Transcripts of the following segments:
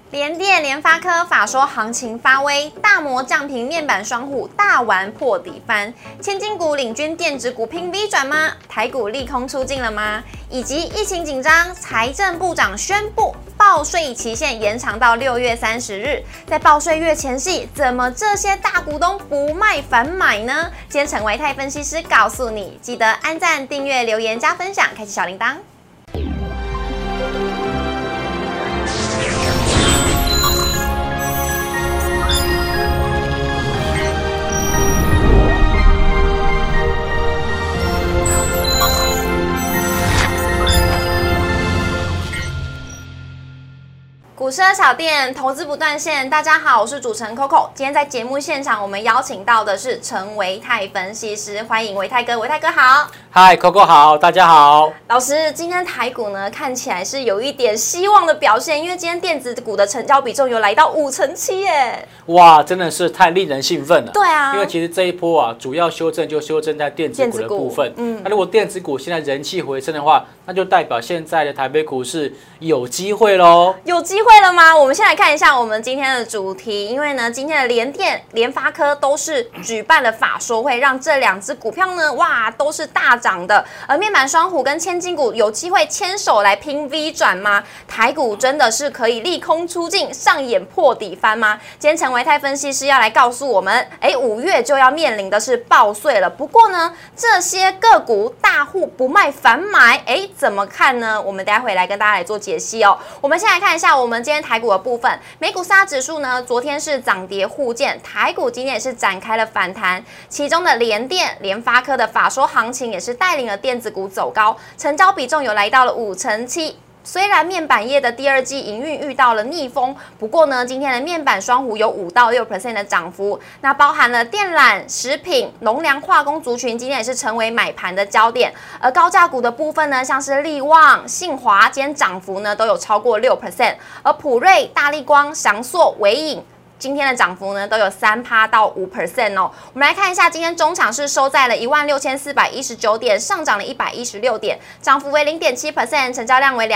联电、联发科法说行情发威，大摩降评面板双虎大玩破底翻，千金股领军电子股拼 V 转吗？台股利空出尽了吗？以及疫情紧张，财政部长宣布报税期限延长到6月30日，在报税月前夕，怎么这些大股东不卖反买呢？今天陈维泰分析师告诉你，记得按赞、订阅、留言、加分享，开启小铃铛。股市的小店，投资不断线。大家好，我是主持人 Coco。今天在节目现场，我们邀请到的是陈维泰分析师，欢迎维泰哥。维泰哥好。 嗨 ，Coco 好，大家好。 老师，今天台股呢看起来是有一点希望的表现，因为今天电子股的成交比重有来到57%耶。 哇，真的是太令人兴奋了。 对啊， 因为其实这一波啊，主要修正就修正在电子股的部分。那如果电子股现在人气回升的话，那就代表现在的台北股市有机会喽。 有机会了吗？我们先来看一下我们今天的主题，因为呢，今天的联电、联发科都是举办了法说会，让这两只股票呢，哇，都是大涨的。而面板双虎跟千金股有机会牵手来拼 V 转吗？台股真的是可以利空出尽，上演破底翻吗？今天陈维泰分析师要来告诉我们，5月就要面临的是报税了。不过呢，这些个股大户不卖反买，怎么看呢？我们待会来跟大家来做解析哦。我们先来看一下我们今天台股的部分，美股4大指数呢，昨天是涨跌互见，台股今天也是展开了反弹，其中的联电、联发科的法说行情也是带领了电子股走高，成交比重有来到了57%。虽然面板业的第二季营运遇到了逆风，不过呢，今天的面板双虎有5到6% 的涨幅，那包含了电缆、食品、农粮、化工族群，今天也是成为买盘的焦点。而高价股的部分呢，像是力旺、信华，今天涨幅呢都有超过6%，而普瑞、大立光、翔硕、伟影。今天的涨幅呢都有3%到5%哦。我们来看一下，今天中场是收在了16419点，上涨了116点，涨幅为0.7%，成交量为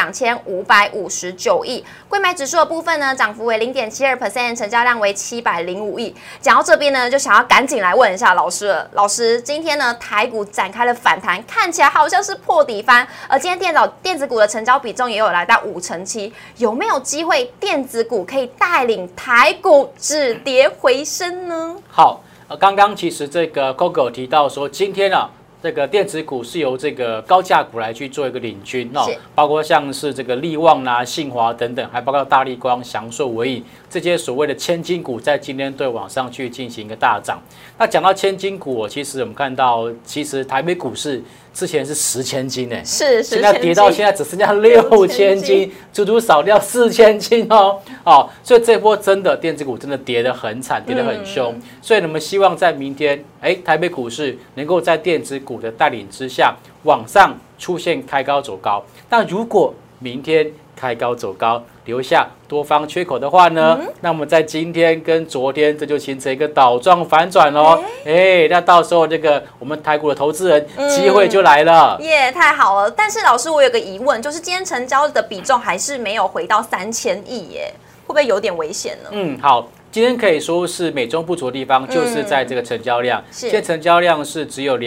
2559亿。柜买指数的部分呢，涨幅为0.72%，成交量为705亿。讲到这边呢，就想要赶紧来问一下老师了。老师，今天呢台股展开了反弹，看起来好像是破底翻，而今天电子股的成交比重也有来到57%，有没有机会电子股可以带领台股止跌回升呢？ 好，刚刚其实这个 Coco 提到说，今天啊，这个电子股是由这个高价股来去做一个领军哦，包括像是这个力旺啦、信华等等，还包括大立光、翔硕、伟影这些所谓的千金股，在今天对往上去进行一个大涨。那讲到千金股，其实我们看到，其实台北股市之前是10千金呢， 是现在跌到现在只剩下6千金，足足少掉4000金哦。所以这波真的电子股真的跌得很惨，跌得很凶。所以我们希望在明天，台北股市能够在电子股的带领之下，往上出现开高走高。那如果明天开高走高，留下多方缺口的话呢，那么在今天跟昨天这就形成一个倒状反转喽。那到时候这个我们台股的投资人机会就来了。 耶，太好了！但是老师，我有个疑问，就是今天成交的比重还是没有回到3000亿耶，会不会有点危险呢？ 好。今天可以说是美中不足的地方，就是在这个成交量。现在成交量是只有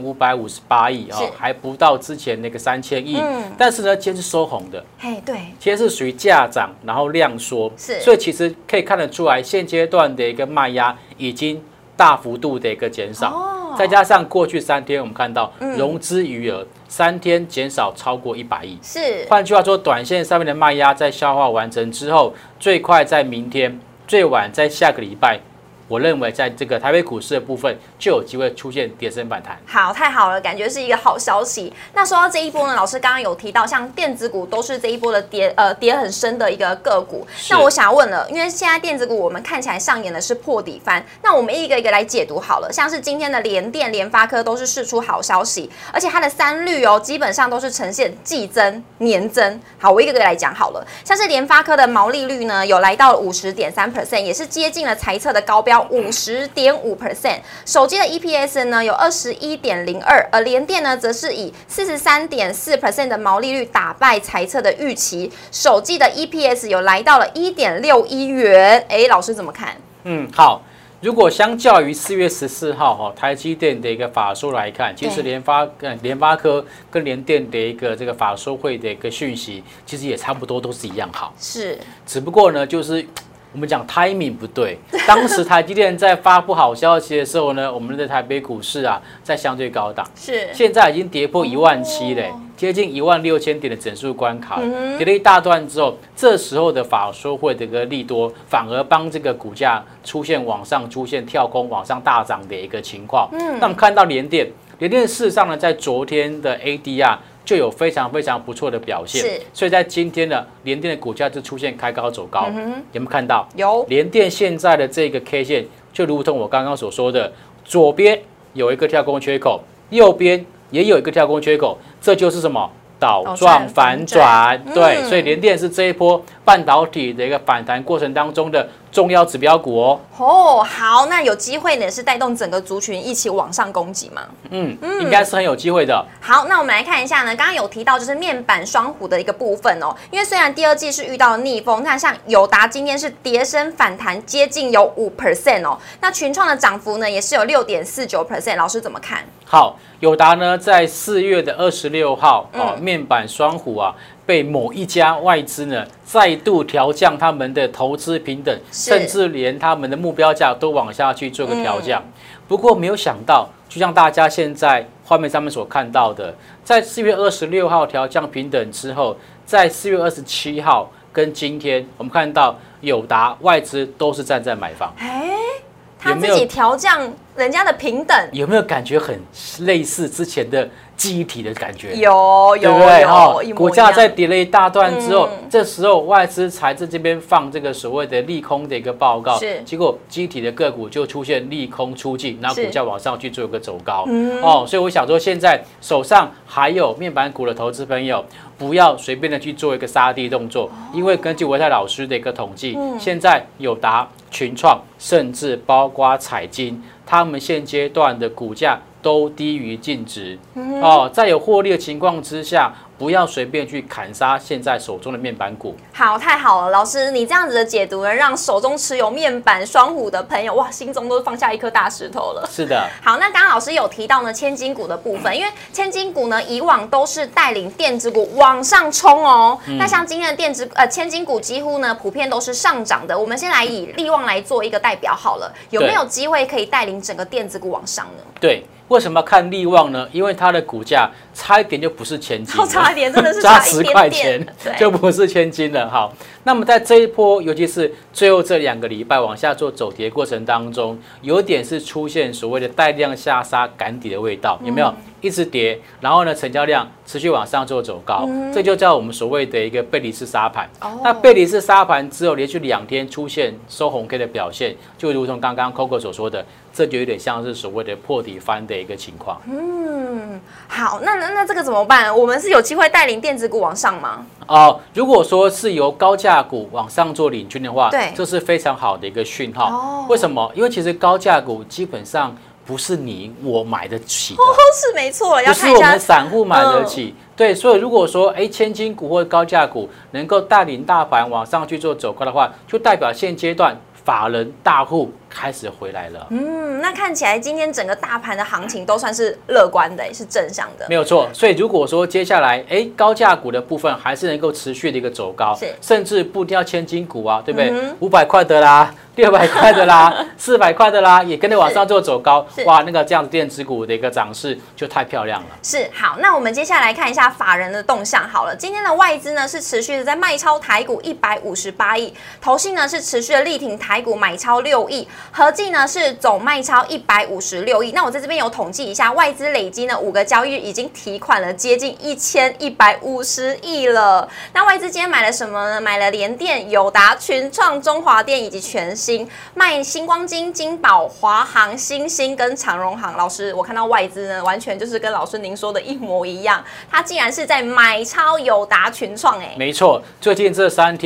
2558亿哦，还不到之前那个3000亿。但是呢，今天是收红的。 对， 今天是属于价涨，然后量缩。所以其实可以看得出来，现阶段的一个卖压已经大幅度的一个减少。再加上过去3天，我们看到融资余额3天减少超过100亿。换句话说，短线上面的卖压在消化完成之后，最快在明天。最晚在下个礼拜，我认为在这个台北股市的部分就有机会出现跌升反弹。 好，太好了，感觉是一个好消息。那说到这一波呢，老师刚刚有提到，像电子股都是这一波的跌很深的一个个股。那我想要问了，因为现在电子股我们看起来上演的是破底翻，那我们一个一个来解读好了。像是今天的联电、联发科都是释出好消息，而且它的3率基本上都是呈现季增、年增。好，我一个个来讲好了。像是联发科的毛利率呢，有来到了50.3%，也是接近了财测的高标。 标50.5%，手机的 EPS 呢有21.02，而联电呢则是以43.4% 的毛利率打败财测的预期，首季的 EPS 有来到了1.61元。老师怎么看？ 好。如果相较于4月14号台积电的一个法说来看，其实联发科跟联电的一个这个法说会的一个讯息，其实也差不多都是一样好。 是， 只不过呢，就是我们讲 timing 不对。当时台积电在发布好消息的时候呢，我们的台北股市啊在相对高档， 是， 现在已经跌破17000嘞。接近16000点的整数关卡，跌了一大段之后，这时候的法说会的一个利多，反而帮这个股价出现往上出现跳空往上大涨的一个情况。那我们看到联电事实上呢，在昨天的 ADR 就有非常非常不错的表现，所以在今天呢，联电的股价就出现开高走高。有没有看到？ 有。 联电现在的这个 K 线，就如同我刚刚所说的，左边有一个跳空缺口，右边也有一个跳空缺口，这就是什么？倒状反转。对，所以联电是这一波半导体的一个反弹过程当中的重要指标股哦。 好，那有机会呢是带动整个族群一起往上攻击吗？ 应该是很有机会的。 好，那我们来看一下呢，刚刚有提到就是面板双虎的一个部分哦，因为虽然第二季是遇到了逆风，那像友达今天是跌升反弹，接近有5% 哦，那群创的涨幅呢也是有6.49%，老师怎么看？ 好，友达呢在4月26号面板双虎啊，被某一家外资呢再度调降他们的投资平等，甚至连他们的目标价都往下去做个调降。不过没有想到，就像大家现在画面上面所看到的，在4月26号调降平等之后，在4月27号跟今天，我们看到友达外资都是站在买方。 他自己调降人家的平等， 有没有感觉很类似之前的记忆体的感觉？ 有， 对不对？股价在跌了一大段之后，这时候外资才在这边放这个所谓的利空的一个报告，结果记忆体的个股就出现利空出尽，然后股价往上去做一个走高。所以我想说，现在手上还有面板股的投资朋友，不要随便的去做一个杀低动作，因为根据维泰老师的一个统计，现在友达、群创，甚至包括彩晶，他们现阶段的股价都低于净值。在有获利的情况之下，不要随便去砍杀现在手中的面板股。 好，太好了，老师，你这样子的解读呢，让手中持有面板双虎的朋友，哇，心中都放下一颗大石头了。 是的。 好，那刚刚老师有提到呢，千金股的部分，因为千金股呢，以往都是带领电子股往上冲哦。那像今天的千金股几乎呢，普遍都是上涨的。我们先来以力旺来做一个代表好了，有没有机会可以带领整个电子股往上呢？ 对。为什么看力旺呢？因为它的股价差一点就不是千金了， 差一点真的是差 10块钱就不是千金了。好，那么在这一波，尤其是最后这2个礼拜往下做走跌过程当中，有点是出现所谓的带量下杀赶底的味道，有没有？一直跌，然后呢，成交量持续往上做走高，这就叫我们所谓的一个背离式杀盘。那背离式杀盘之后，连续2天出现收红 K 的表现，就如同刚刚 Coco 所说的，这就有点像是所谓的破底翻的一个情况。 好，那这个怎么办？我们是有机会带领电子股往上吗？ 如果说是由高价股往上做领军的话， 对， 这是非常好的一个讯号。为什么？因为其实高价股基本上不是你我买得起的， 是没错， 不是我们散户买得起。对，所以如果说千金股或高价股能够带领大盘往上去做走高的话，就代表现阶段法人大户开始回来了。 那看起来今天整个大盘的行情都算是乐观的，是正向的， 没有错。所以如果说接下来高价股的部分还是能够持续的一个走高，甚至不一定要千金股啊，对不对？500块的啦，600块的啦，400块的啦，也跟着往上做走高，哇，那个这样子电子股的一个涨势就太漂亮了。 是，好，那我们接下来看一下法人的动向好了。今天的外资呢是持续的在卖超台股158亿，投信呢是持续的力挺台股买超6亿，合计呢是总卖超156亿。那我在这边有统计一下，外资累积呢5个交易日已经提款了接近1150亿了。那外资今天买了什么呢？买了联电、友达、群创、中华电以及全新，卖星光金、金宝、华航、新兴跟长荣航。老师，我看到外资呢，完全就是跟老师您说的一模一样，它竟然是在买超友达、群创。 没错，最近这3天呢，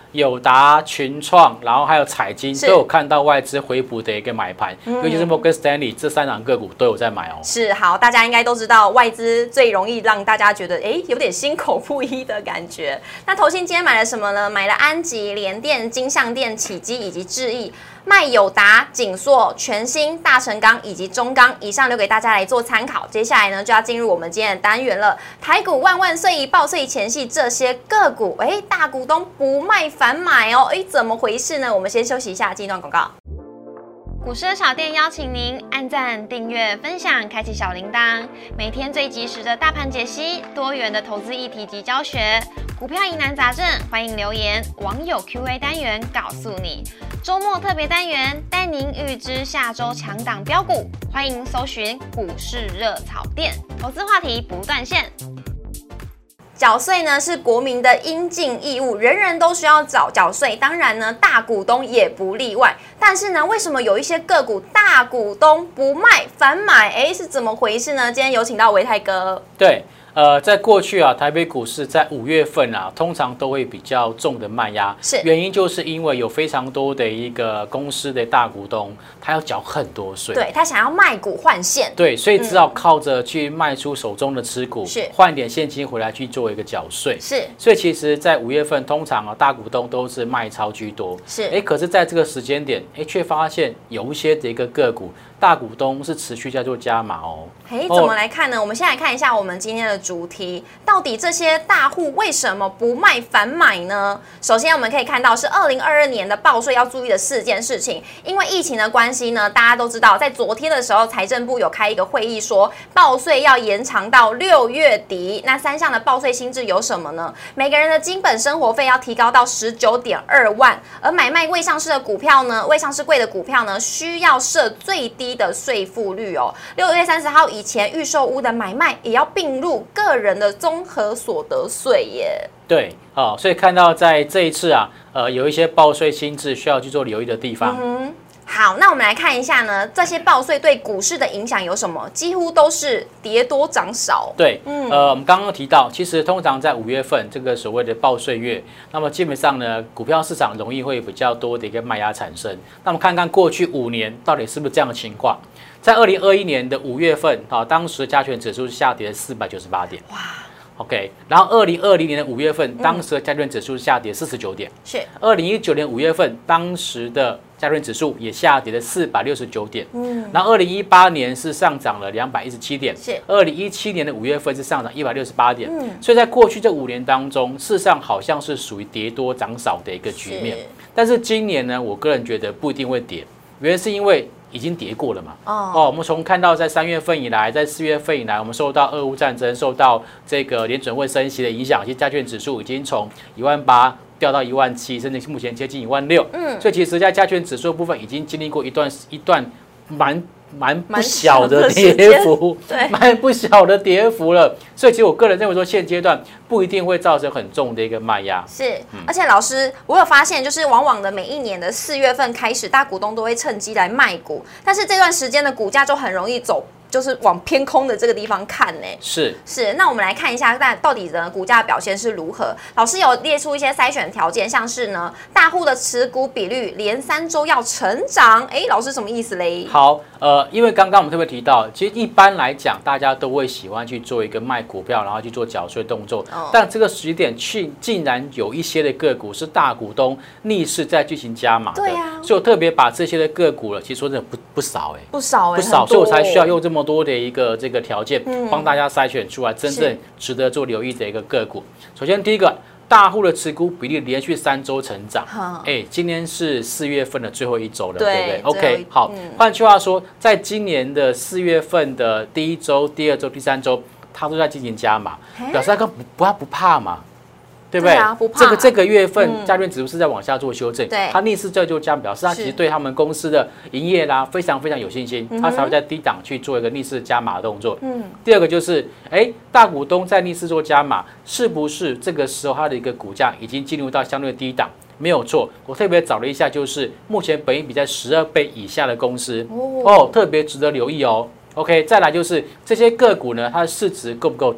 友达、群创，然后还有彩晶，都有看到外资回补的一个买盘，尤其是 Morgan Stanley 这3档个股都有在买哦。 是好，大家应该都知道，外资最容易让大家觉得有点心口不一的感觉。那投信今天买了什么呢？买了安集、联电、金像电、启基以及智毅。卖友达、景硕、全新、大成钢以及中钢，以上留给大家来做参考。接下来呢，就要进入我们今天的单元了。台股万万岁一报岁前夕，这些个股，大股东不卖反买哦，怎么回事呢？我们先休息一下，进一段广告。股市的小店邀请您按赞、订阅、分享，开启小铃铛，每天最及时的大盘解析，多元的投资议题及教学，股票疑难杂症，欢迎留言，网友 Q&A 单元告诉你。周末特别单元带您预知下周强档标股，欢迎搜寻股市热炒店，投资话题不断线。缴税呢是国民的应尽义务，人人都需要缴税，当然呢大股东也不例外。但是呢，为什么有一些个股大股东不卖反买？是怎么回事呢？今天有请到维泰哥。 对。在过去啊，台北股市在5月份啊，通常都会比较重的卖压，原因就是因为有非常多的一个公司的大股东，他要缴很多税， 对他想要卖股换现， 对，所以只好靠着去卖出手中的持股，换点现金回来去做一个缴税，所以其实，在5月份通常啊，大股东都是卖超居多，可是在这个时间点，却发现有一些的一个个股，大股东是持续在做加码哦。 怎么来看呢？我们先来看一下我们今天的主题，到底这些大户为什么不卖反买呢？首先我们可以看到是2022年的报税要注意的4件事情，因为疫情的关系呢，大家都知道，在昨天的时候，财政部有开一个会议说，报税要延长到6月底。那3项的报税新制有什么呢？每个人的基本生活费要提高到19.2万，而买卖未上市的股票呢，未上市柜的股票呢，需要设最低的税负率哦。6月30号以前预售屋的买卖也要并入个人的综合所得税耶。 对，所以看到在这一次啊，有一些报税新制需要去做留意的地方。 好，那我们来看一下呢，这些报税对股市的影响有什么？几乎都是跌多涨少。对， 我们刚刚提到，其实通常在5月份这个所谓的报税月，那么基本上呢，股票市场容易会比较多的一个卖压产生。那么看看过去5年到底是不是这样的情况？在2021年的5月份，当时加权指数下跌了498点。哇。OK， 然后2020年的5月份，当时的加权指数下跌49点。是。2019年5月份，当时的加权指数也下跌了469点。然后2018年是上涨了217点。是。2017年的5月份是上涨168点。所以在过去这5年当中，事实上好像是属于跌多涨少的一个局面。但是今年呢，我个人觉得不一定会跌，原因是因为已经跌过了嘛。我们从看到在3月份以来，在4月份以来，我们受到俄乌战争、受到这个联准会升息的影响，其实加权指数已经从18000掉到17000，甚至目前接近16000。所以其实在加权指数部分已经经历过一段蛮不小的跌幅，蛮不小的跌幅了。所以其实我个人认为说，现阶段不一定会造成很重的一个卖压。 是，而且老师，我有发现，就是往往的每一年的4月份开始，大股东都会趁机来卖股，但是这段时间的股价就很容易走。就是往偏空的这个地方看呢，是，那我们来看一下，到底呢股价表现是如何？老师有列出一些筛选条件，像是呢大户的持股比率连3周要成长，老师什么意思嘞？ 好，因为刚刚我们特别提到，其实一般来讲，大家都会喜欢去做一个卖股票，然后去做缴税动作，但这个时点竟然有一些的个股是大股东逆势在进行加码的，对啊，所以我特别把这些的个股了，其实说真的不少不少，所以我才需要用这么多的一个这个条件，帮大家筛选出来真正值得做留意的一个个股。首先第一个，大户的持股比例连续3周成长，今天是4月份的最后1周了，对不对 ？OK， 好，换句话说，在今年的4月份的第1周、第2周、第3周，它都在进行加码，表示它不怕嘛。对不对？不怕这个月份加权指数是在往下做修正，它逆势这就这样表示，它其实对他们公司的营业啦非常有信心，它才会在低档去做一个逆势加码的动作。第二个就是，大股东在逆势做加码，是不是这个时候它的一个股价已经进入到相对低档？没有错，我特别找了一下，就是目前本益比在12倍以下的公司，特别值得留意哦。OK， 再来就是这些个股呢，它的市值够不够大？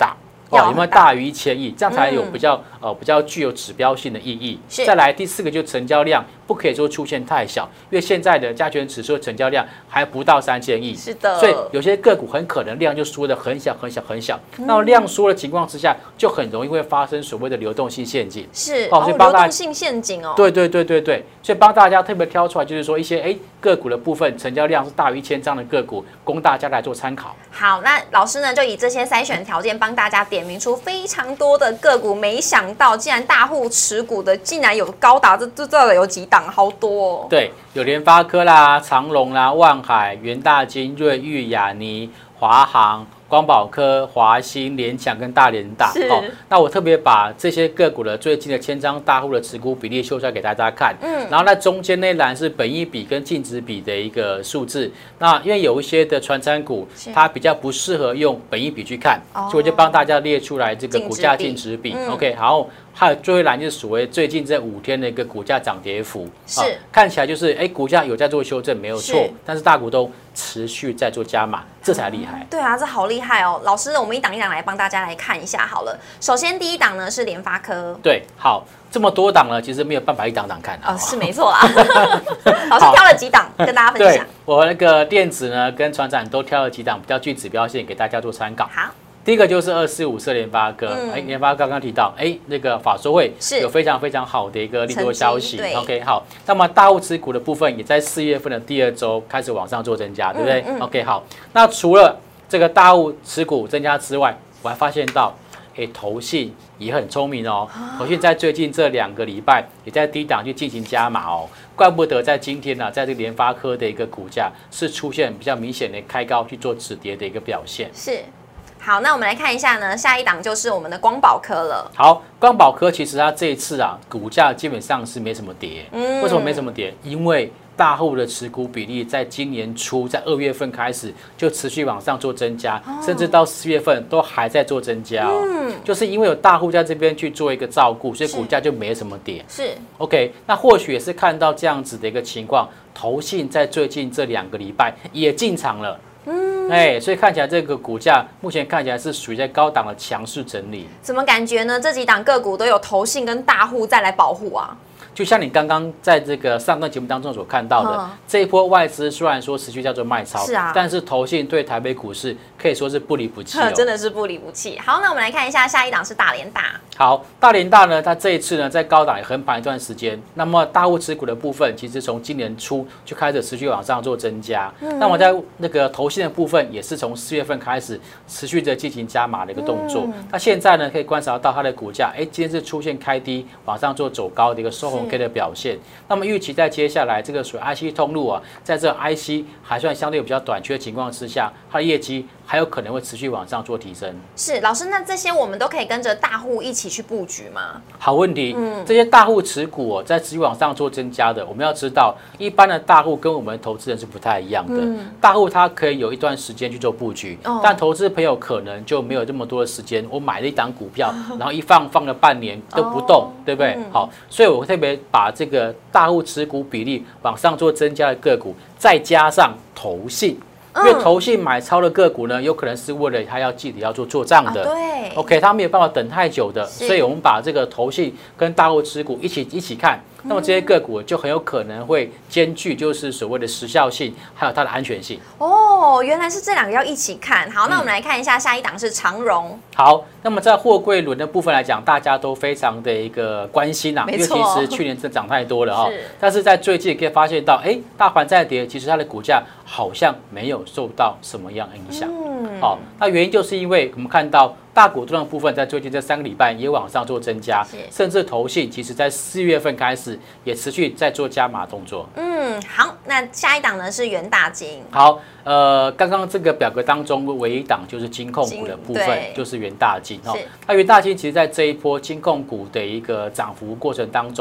有没有大于1000亿，这样才有比较具有指标性的意义。再来第4个就成交量不可以说出现太小，因为现在的加权指数的成交量还不到3000亿， 是的， 所以有些个股很可能量就缩得很小很小很小。那量缩的情况之下，就很容易会发生所谓的流动性陷阱。 是所以流动性陷阱哦。 对，所以帮大家特别挑出来，就是说一些个股的部分成交量是大于1000张的个股，供大家来做参考。 好，那老师呢就以这些筛选条件帮大家点名出非常多的个股，没想到竟然大户持股的竟然有高达这有几档，好多哦。 对，有联发科啦、长荣啦、万海、元大金、瑞昱、亚泥、华航、光宝科、华兴、联强跟大联大。那我特别把这些个股的最近的1000张大户的持股比例秀出来给大家看。然后那中间那栏是本益比跟净值比的一个数字。那因为有一些的传产股，它比较不适合用本益比去看，所以我就帮大家列出来这个股价净值比。OK， 好。还有最后一栏就是所谓最近这5天的一个股价涨跌幅，看起来就是股价有在做修正没有错，但是大股东持续在做加码，这才厉害。 对啊，这好厉害哦！老师，我们一档一档来帮大家来看一下好了。首先第一档呢是联发科， 对，好，这么多档呢，其实没有办法一档档看啊。 是没错啦。老师挑了几档跟大家分享。 对，我那个电子呢跟传产都挑了几档比较具指标性，给大家做参考。 好。 第一个就是2454联发科，联发科刚刚提到，那个法说会有非常非常好的一个利多消息。OK， 好，那么大户持股的部分也在4月份的第2周开始往上做增加，对不对？OK， 好，那除了这个大户持股增加之外，我还发现到，投信也很聪明哦，投信在最近这2个礼拜也在低档去进行加码哦，怪不得在今天呢，在这个联发科的一个股价是出现比较明显的开高去做止跌的一个表现。 是。好，那我们来看一下呢，下一档就是我们的光宝科了。 好，光宝科其实它这一次股价基本上是没什么跌。为什么没什么跌？因为大户的持股比例在今年初，在2月份开始就持续往上做增加，甚至到4月份都还在做增加哦。就是因为有大户在这边去做一个照顾，所以股价就没什么跌。 是 OK， 那或许也是看到这样子的一个情况，投信在最近这2个礼拜也进场了。所以看起来这个股价目前看起来是属于在高档的强势整理。 怎么感觉呢？这几档个股都有投信跟大户再来保护啊？ 就像你刚刚在这个上段节目当中所看到的，这一波外资虽然说持续叫做卖超，但是投信对台北股市可以说是不离不弃， 真的是不离不弃。好，那我们来看一下下一档是大联大。 好，大联大呢，它这一次呢在高档也横盘一段时间，那么大户持股的部分其实从今年初就开始持续往上做增加，那么在那个投信的部分也是从4月份开始持续的进行加码的一个动作。那现在呢可以观察到它的股价，今天是出现开低往上做走高的一个收红 K 的表现。那么预期在接下来这个属于 IC 通路在这 IC 还算相对比较短缺的情况之下，它的业绩还有可能会持续往上做提升。 是老师，那这些我们都可以跟着大户一起去布局吗？ 好问题，这些大户持股在持续往上做增加的，我们要知道，一般的大户跟我们投资人是不太一样的。大户他可以有一段时间去做布局，但投资朋友可能就没有这么多的时间。我买了一档股票，然后一放了半年都不动，对不对？好，所以我特别把这个大户持股比例往上做增加的个股，再加上投信。因为投信买超的个股呢，有可能是为了他要记得要做账的， 对 ，OK， 他没有办法等太久的，所以我们把这个投信跟大户持股一起看，那么这些个股就很有可能会兼具就是所谓的时效性，还有它的安全性。 哦，原来是这2个要一起看。好，那我们来看一下下一档是长荣。 好，那么在货柜轮的部分来讲，大家都非常的一个关心因为其实去年真涨太多了但是在最近可以发现到，大盘在跌，其实它的股价好像没有受到什么样影响。那原因就是因为我们看到大股东的部分在最近这3个礼拜也往上做增加，甚至投信其实在4月份开始也持续在做加码动作。 好，那下一档呢是元大金。 好，刚刚这个表格当中唯一档就是金控股的部分，就是元大金那元大金其实在这一波金控股的一个涨幅过程当中，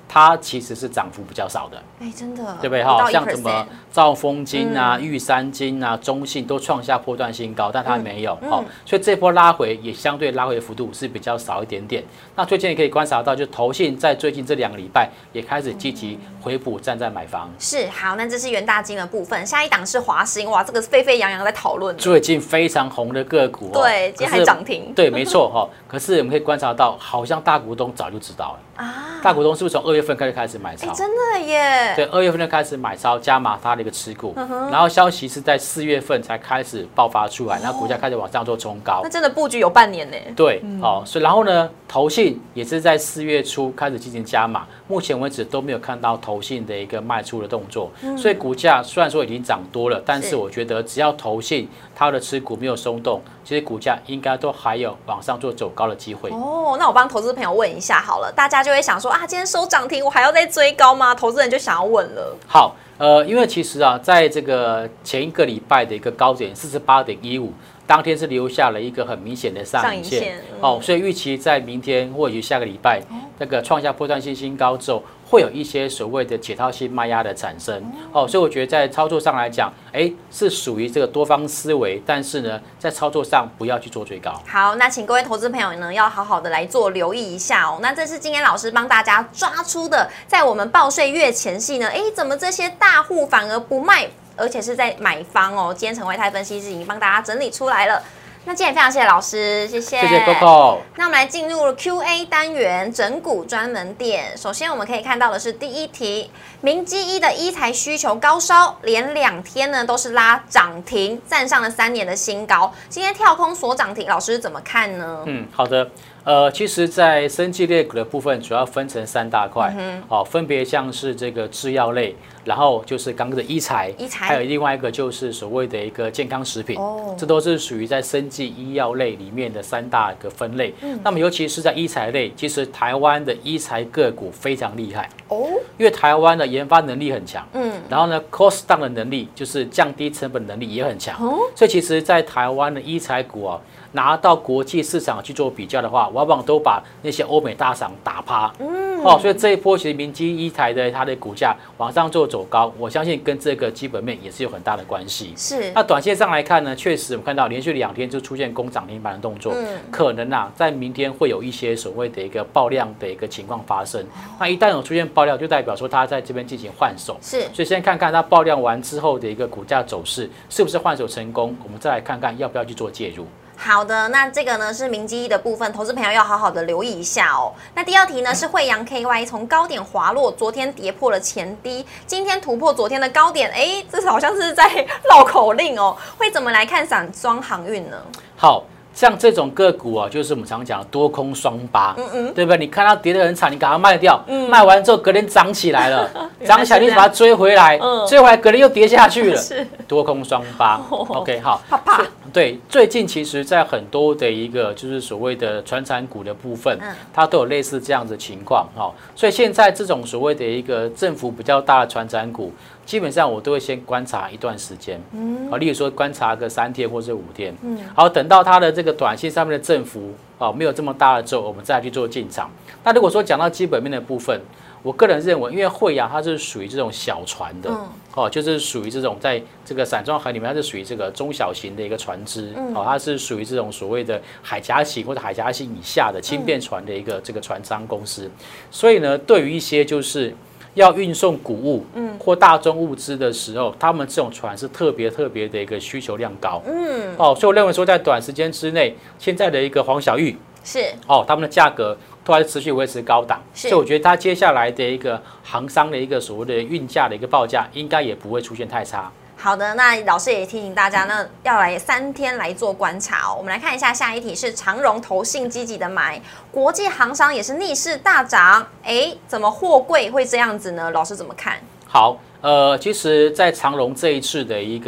它其实是涨幅比较少的。 哎，真的， 对不对哈？像什么兆丰金啊、玉山金啊、中信都创下波段新高，但它没有所以这波拉回也相对拉回的幅度是比较少一点点。那最近也可以观察到，就投信在最近这2个礼拜也开始积极回补，站在买方。 是好，那这是元大金的部分，下一档是华兴，哇，这个沸沸扬扬在讨论， 最近非常红的个股对，今天还涨停， 对，没错可是我们可以观察到，好像大股东早就知道了啊，大股东是不是从2月份开始买超？ 真的耶， 对，2月份就开始买超加码它的一个持股，然后消息是在4月份才开始爆发出来，然后股价开始往上做冲高， 那真的布局有半年呢。 对，所以然后呢，投信也是在4月初开始进行加码，目前为止都没有看到投信的一个卖出的动作，所以股价虽然说已经涨多了，但是我觉得只要投信它的持股没有松动，其实股价应该都还有往上做走高的机会。 那我帮投资朋友问一下好了，大家就会想说啊，今天收涨停，我还要再追高吗？投资人就想要问了。 好，因为其实啊，在这个前一个礼拜的一个高点48.15，当天是留下了一个很明显的上影线，所以预期在明天或许下个礼拜，那个创下波段性新高之后，会有一些所谓的解套性卖压的产生，所以我觉得在操作上来讲，是属于这个多方思维，但是呢，在操作上不要去做追高。 好，那请各位投资朋友呢，要好好的来做留意一下哦。那这是今天老师帮大家抓出的，在我们报税月前夕呢，怎么这些大户反而不卖？而且是在买方哦，今天陈维泰分析师已经帮大家整理出来了。那今天非常谢谢老师，谢谢， 谢谢 Coco。 那我们来进入 Q&A 单元，整股专门店。首先我们可以看到的是第一题，明基1的医材需求高烧，连2天呢都是拉涨停，站上了3年的新高。今天跳空锁涨停，老师怎么看呢？ 好的。其实，在生技类股的部分，主要分成3大块，分别像是这个制药类，然后就是刚刚的医材，还有另外一个就是所谓的一个健康食品，这都是属于在生技医药类里面的3大个分类。那么，尤其是在医材类，其实台湾的医材个股非常厉害因为台湾的研发能力很强，然后呢 ，cost down 的能力就是降低成本能力也很强，所以其实，在台湾的医材股拿到国际市场去做比较的话，往往都把那些欧美大厂打趴。所以这一波其实明基医材的它的股价往上做走高，我相信跟这个基本面也是有很大的关系。 是。那短线上来看呢，确实我们看到连续2天就出现攻涨停板的动作，可能在明天会有一些所谓的一个爆量的一个情况发生。那一旦有出现爆量，就代表说它在这边进行换手。 是。 所以先看看它爆量完之后的一个股价走势是不是换手成功，我们再来看看要不要去做介入。 好的，那这个呢是明基1的部分，投资朋友要好好的留意一下哦。那第2题呢是慧洋 KY 从高点滑落，昨天跌破了前低，今天突破昨天的高点，这好像是在绕口令哦。会怎么来看散装航运呢？ 好。像这种个股就是我们常讲的多空双巴，对不对？你看它跌得很惨，你赶快卖掉，卖完之后隔天涨起来了，涨起来你把它追回来，追回来隔天又跌下去了，多空双巴。OK， 好，对，最近其实在很多的一个就是所谓的传产股的部分，它都有类似这样的情况所以现在这种所谓的一个振幅比较大的传产股，基本上我都会先观察一段时间，例如说观察个3天或者5天，好，等到它的这个短线上面的振幅没有这么大了之后，我们再去做进场。那如果说讲到基本面的部分，我个人认为，因为慧洋它是属于这种小船的，就是属于这种在这个散装航里面，它是属于这个中小型的一个船只，它是属于这种所谓的海峡型或者海峡型以下的轻便船的一个这个船商公司。所以呢，对于一些就是要运送谷物或大宗物资的时候，他们这种船是特别的一个需求量高，所以我认为说在短时间之内，现在的一个黄小玉是他们的价格都还是持续维持高档，所以我觉得它接下来的一个航商的一个所谓的运价的一个报价，应该也不会出现太差。 好的，那老师也提醒大家呢，要来3天来做观察我们来看一下下一题是长荣投信积极的买，国际航商也是逆势大涨，怎么货柜会这样子呢？老师怎么看？ 好，其实，在长荣这一次的一个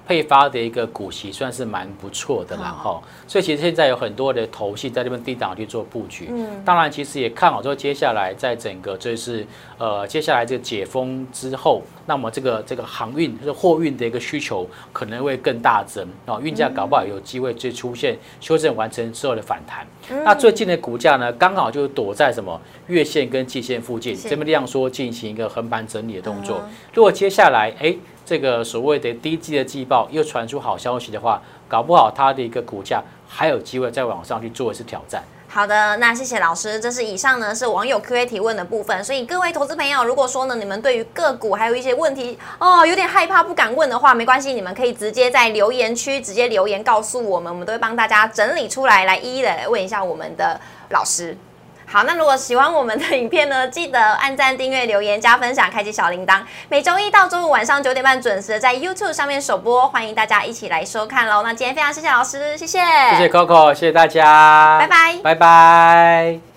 配发的一个股息算是蛮不错的啦哈，所以其实现在有很多的投信在这边低档去做布局，当然其实也看好说接下来在整个就是接下来这个解封之后，那么这个航运就是货运的一个需求可能会更大增哦，运价搞不好有机会就出现修正完成之后的反弹。那最近的股价呢，刚好就躲在什么月线跟季线附近，这边量缩进行一个横盘整理的动作。如果接下来这个所谓的第一季的季报又传出好消息的话，搞不好它的一个股价还有机会再往上去做一次挑战。 好的，那谢谢老师。这是以上呢是网友 Q&A 提问的部分，所以各位投资朋友，如果说呢你们对于个股还有一些问题有点害怕不敢问的话，没关系，你们可以直接在留言区直接留言告诉我们，我们都会帮大家整理出来，来一一的来问一下我们的老师。好，那如果喜欢我们的影片呢，记得按赞、订阅、留言、加分享、开启小铃铛。每周一到周五晚上9点半准时在 YouTube 上面首播，欢迎大家一起来收看喽。那今天非常谢谢老师，谢谢， 谢谢 Coco， 谢谢大家， 拜拜， 拜拜。